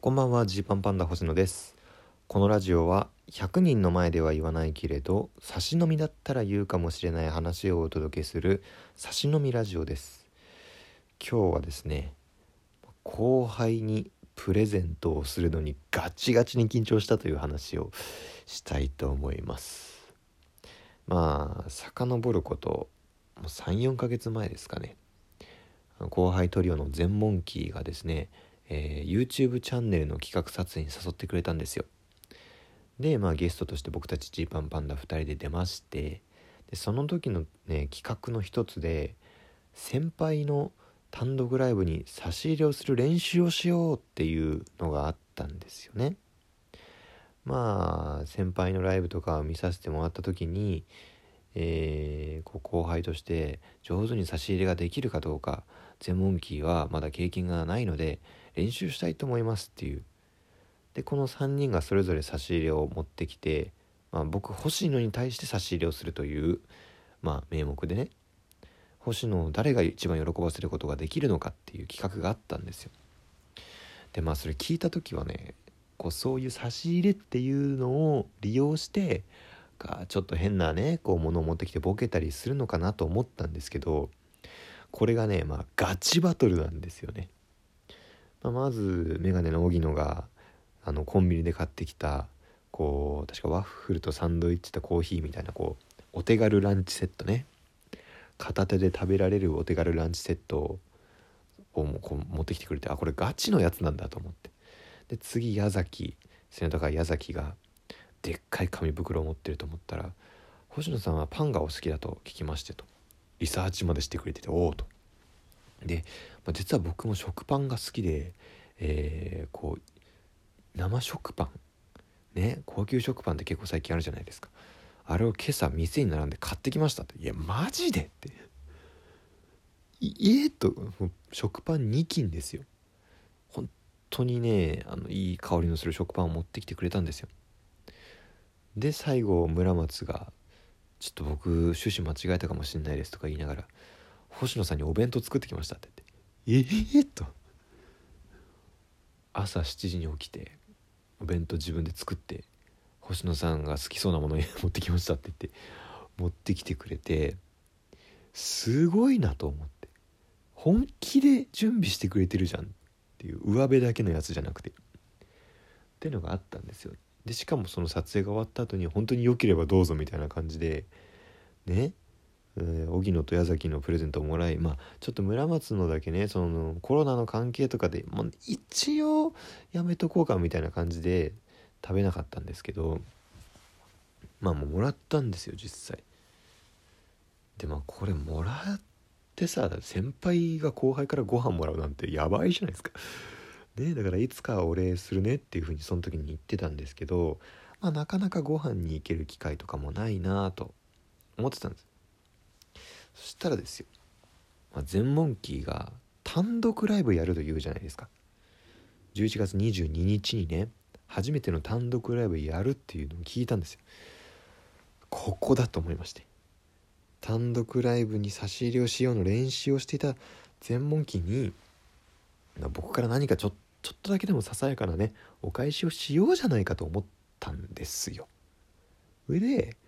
こんばんは、ジーパンパンダ星野です。このラジオは100人の前では言わないけれど差し飲みだったら言うかもしれない話をお届けする差し飲みラジオです。今日はですね、後輩にプレゼントをするのにガチガチに緊張したという話をしたいと思います。遡ることもう 3,4 ヶ月前ですかね。後輩トリオの全モンキーがですね、YouTube チャンネルの企画撮影に誘ってくれたんですよ。で、ゲストとして僕たちジーパンパンダ2人で出まして、でその時のね企画の一つで先輩の単独ライブに差し入れをする練習をしようっていうのがあったんですよね。先輩のライブとかを見させてもらった時に、後輩として上手に差し入れができるかどうか、全モンキーはまだ経験がないので練習したいと思いますっていう。でこの3人がそれぞれ差し入れを持ってきて、僕星野に対して差し入れをするという、名目でね、星野を誰が一番喜ばせることができるのかっていう企画があったんですよ。でそれ聞いた時はね、そういう差し入れっていうのを利用してちょっと変なねものを持ってきてボケたりするのかなと思ったんですけど、これがねガチバトルなんですよね。まずメガネの荻野がコンビニで買ってきた確かワッフルとサンドイッチとコーヒーみたいなお手軽ランチセットね、片手で食べられるお手軽ランチセットを持ってきてくれて、これガチのやつなんだと思って、で次背の高い矢崎がでっかい紙袋を持ってると思ったら、星野さんはパンがお好きだと聞きましてとリサーチまでしてくれてて、おおと。で、実は僕も食パンが好きで、生食パンね、高級食パンって結構最近あるじゃないですか。あれを今朝店に並んで買ってきましたって。いやマジでってと食パン2斤ですよ。本当にねいい香りのする食パンを持ってきてくれたんですよ。で最後村松がちょっと僕趣旨間違えたかもしれないですとか言いながら、星野さんにお弁当作ってきましたって言って、と朝7時に起きてお弁当自分で作って、星野さんが好きそうなものに持ってきましたって言って持ってきてくれて、すごいなと思って、本気で準備してくれてるじゃんっていう、上辺だけのやつじゃなくてっていうのがあったんですよ。でしかもその撮影が終わった後に本当に良ければどうぞみたいな感じでね、荻野と矢崎のプレゼントをもらい、ちょっと村松のだけねそのコロナの関係とかで一応やめとこうかみたいな感じで食べなかったんですけど、もうもらったんですよ実際で。これもらってさ、先輩が後輩からご飯もらうなんてやばいじゃないですかね。だからいつかお礼するねっていう風にその時に言ってたんですけど、なかなかご飯に行ける機会とかもないなと思ってたんです。そしたらですよ、全モンキーが単独ライブやると言うじゃないですか。11月22日にね初めての単独ライブやるっていうのを聞いたんですよ。ここだと思いまして、単独ライブに差し入れをしようの練習をしていた全モンキーに僕から何かちょっとだけでもささやかなねお返しをしようじゃないかと思ったんですよ。それで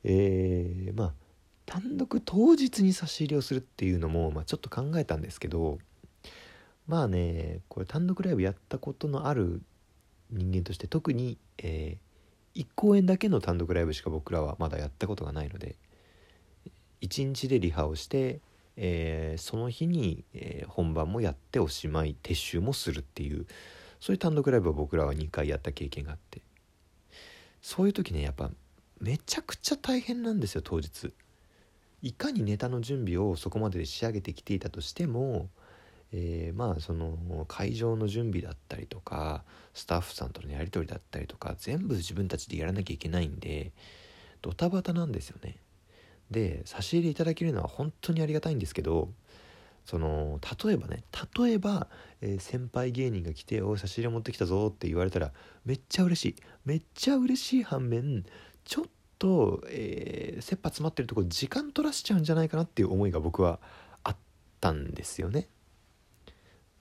単独当日に差し入れをするっていうのもちょっと考えたんですけど、これ単独ライブやったことのある人間として特に、1公演だけの単独ライブしか僕らはまだやったことがないので、1日でリハをして、その日に、本番もやっておしまい撤収もするっていう、そういう単独ライブを僕らは2回やった経験があって、そういう時ねやっぱめちゃくちゃ大変なんですよ当日。いかにネタの準備をそこまでで仕上げてきていたとしても、その会場の準備だったりとかスタッフさんとのやり取りだったりとか全部自分たちでやらなきゃいけないんでドタバタなんですよね。で差し入れいただけるのは本当にありがたいんですけど、例えば、先輩芸人が来て「おい差し入れ持ってきたぞ」って言われたらめっちゃ嬉しい反面、ちょっと、切羽詰まってるところ時間取らしちゃうんじゃないかなっていう思いが僕はあったんですよね。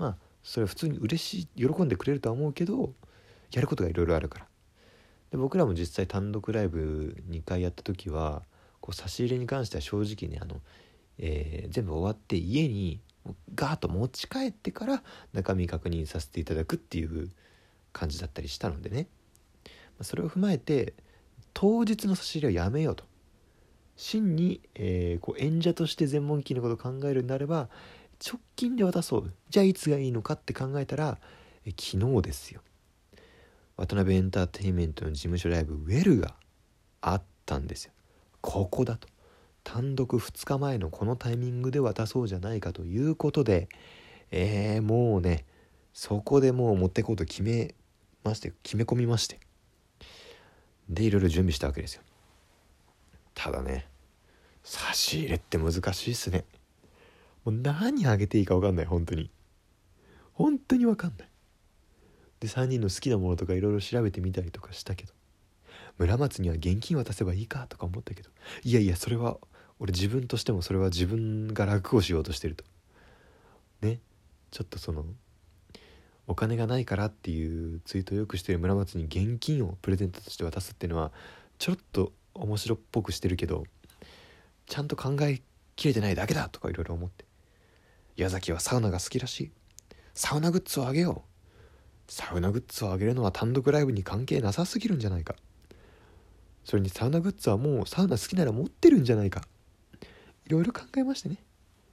それは普通に嬉しい喜んでくれるとは思うけど、やることがいろいろあるから。で僕らも実際単独ライブ2回やった時はこう差し入れに関しては正直ね全部終わって家にガーッと持ち帰ってから中身確認させていただくっていう感じだったりしたのでね、それを踏まえて当日の差し入れはやめようと、真に、こう演者として全問記のことを考えるんであれば直近で渡そう。じゃあいつがいいのかって考えたら昨日ですよ。渡辺エンターテインメントの事務所ライブウェルがあったんですよ。ここだと、単独2日前のこのタイミングで渡そうじゃないかということで、もうねそこでもう持っていこうと決め込みまして、でいろいろ準備したわけですよ。ただね差し入れって難しいっすね。もう何あげていいか分かんない。本当に分かんない。で3人の好きなものとかいろいろ調べてみたりとかしたけど、村松には現金渡せばいいかとか思ったけど、いやそれは俺自分としてもそれは自分が楽をしようとしてるとね。ちょっとそのお金がないからっていうツイートをよくしてる村松に現金をプレゼントとして渡すっていうのはちょっと面白っぽくしてるけど、ちゃんと考えきれてないだけだとかいろいろ思って、矢崎はサウナが好きらしい、サウナグッズをあげよう。サウナグッズをあげるのは単独ライブに関係なさすぎるんじゃないか。それにサウナグッズはもうサウナ好きなら持ってるんじゃないか。いろいろ考えましてね。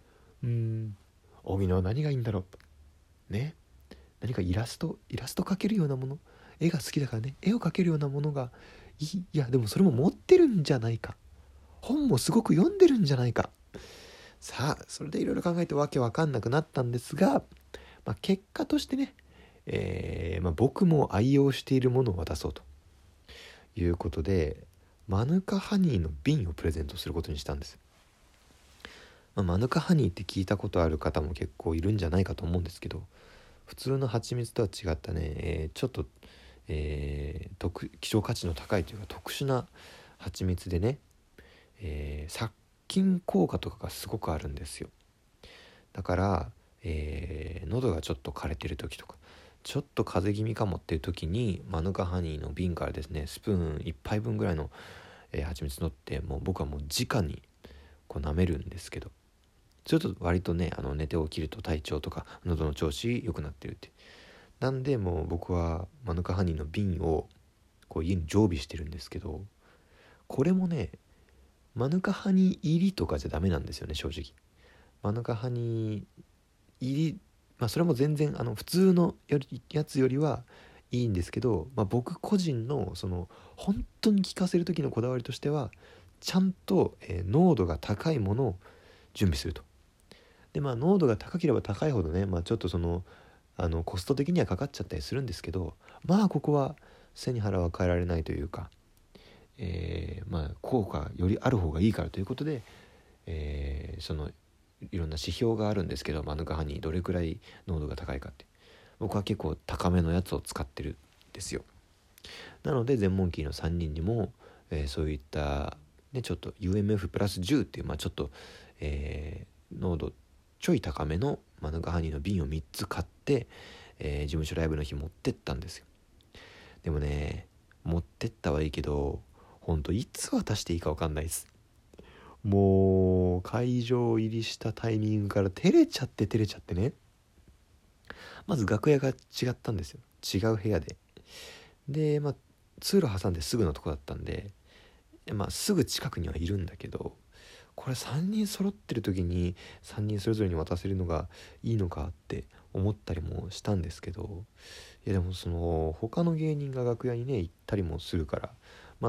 荻野は何がいいんだろうね。何かイラスト描けるようなもの、絵が好きだからね、絵を描けるようなものがいやでもそれも持ってるんじゃないか、本もすごく読んでるんじゃないか。さあそれでいろいろ考えてわけわかんなくなったんですが、結果としてね、僕も愛用しているものを渡そうということでマヌカハニーの瓶をプレゼントすることにしたんです。マヌカハニーって聞いたことある方も結構いるんじゃないかと思うんですけど、普通の蜂蜜とは違ったね、ちょっと、希少価値の高いというか特殊な蜂蜜でね、殺菌効果とかがすごくあるんですよ。だから、喉がちょっと枯れてる時とかちょっと風邪気味かもっていう時にマヌカハニーの瓶からですねスプーン1杯分ぐらいの、蜂蜜取ってもう僕はもう直にこう舐めるんですけど、ちょっと割とね寝て起きると体調とか喉の調子良くなってるって、なんでもう僕はマヌカハニーの瓶をこう家に常備してるんですけど、これもねマヌカハニー入りとかじゃダメなんですよね正直。マヌカハニー入り、それも全然普通のやつよりはいいんですけど、僕個人のその本当に効かせる時のこだわりとしてはちゃんと、濃度が高いものを準備すると。で濃度が高ければ高いほどね、ちょっとそのコスト的にはかかっちゃったりするんですけど、ここは背に腹は変えられないというか、効果よりある方がいいからということで、そのいろんな指標があるんですけど、マヌカハニーどれくらい濃度が高いかって、僕は結構高めのやつを使ってるんですよ。なので全問キーの3人にも、そういった、ちょっと UMF プラス10っていうちょっと、濃度ちょい高めのマヌカハニーの瓶を3つ買って、事務所ライブの日持ってったんですよ。でもね持ってったはいいけどほんといつ渡していいか分かんないです。もう会場入りしたタイミングから照れちゃってね、まず楽屋が違ったんですよ。違う部屋で通路挟んですぐのとこだったんで、すぐ近くにはいるんだけど、これ3人揃ってる時に3人それぞれに渡せるのがいいのかって思ったりもしたんですけど、いやでもその他の芸人が楽屋にね行ったりもするから、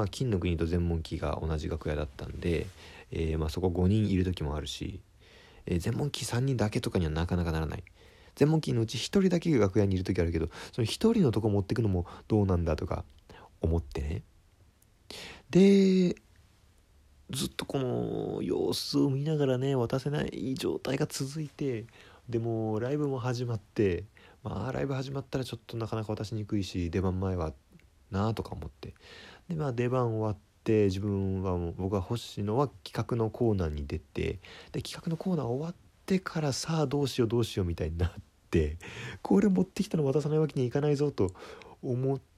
金の国と全問記が同じ楽屋だったんで、そこ5人いる時もあるし、全問記3人だけとかにはなかなかならない。全問記のうち1人だけが楽屋にいる時あるけど、その1人のとこ持ってくのもどうなんだとか思ってね。でずっとこの様子を見ながらね渡せない状態が続いて、でもライブも始まって、ライブ始まったらちょっとなかなか渡しにくいし出番前はなとか思って、で出番終わって僕は星野は企画のコーナーに出て、で企画のコーナー終わってからさあどうしようみたいになって 、これ持ってきたの渡さないわけにいかないぞと思って、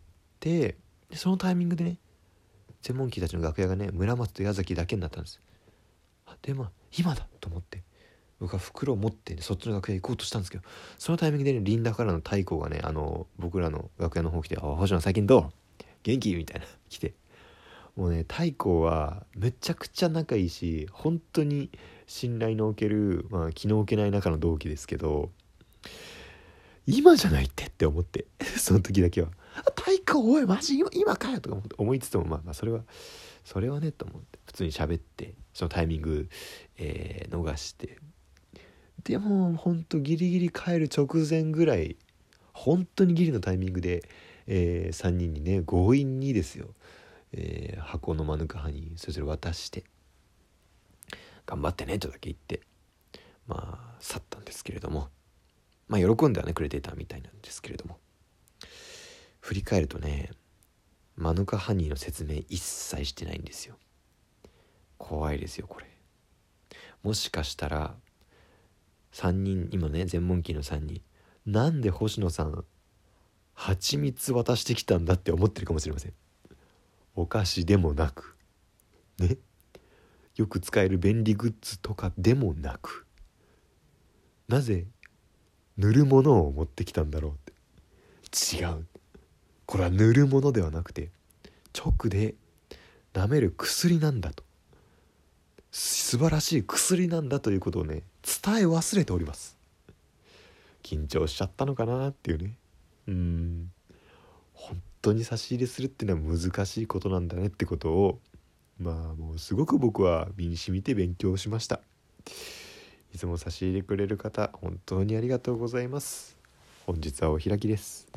でそのタイミングでね、専門機たちの楽屋がね村松と矢崎だけになったんです。で今だと思って僕は袋を持って、ね、そっちの楽屋行こうとしたんですけど、そのタイミングでねリンダからの太鼓がね僕らの楽屋の方来て「星野最近どう元気?」みたいな来て、もうね太鼓はめちゃくちゃ仲いいし本当に信頼のおける、気の置けない仲の同期ですけど、今じゃないって思ってその時だけは太鼓おいマジ今かよとか思いつつもそれはねと思って普通に喋って、そのタイミング、逃して、でもほんとギリギリ帰る直前ぐらい本当にギリのタイミングで、3人にね強引にですよ、箱のマヌカハニーそれぞれ渡して頑張ってねとだけ言って去ったんですけれども、喜んではねくれていたみたいなんですけれども、振り返るとねマヌカハニーの説明一切してないんですよ。怖いですよこれ。もしかしたら3人今ね全問記の3人なんで星野さん蜂蜜渡してきたんだって思ってるかもしれません。お菓子でもなくね、よく使える便利グッズとかでもなく、なぜ塗るものを持ってきたんだろうって。違う、これは塗るものではなくて直で舐める薬なんだと、素晴らしい薬なんだということをね伝え忘れております。緊張しちゃったのかなっていうね。本当に差し入れするっていうのは難しいことなんだねってことをもうすごく僕は身に染みて勉強しました。いつも差し入れくれる方本当にありがとうございます。本日はお開きです。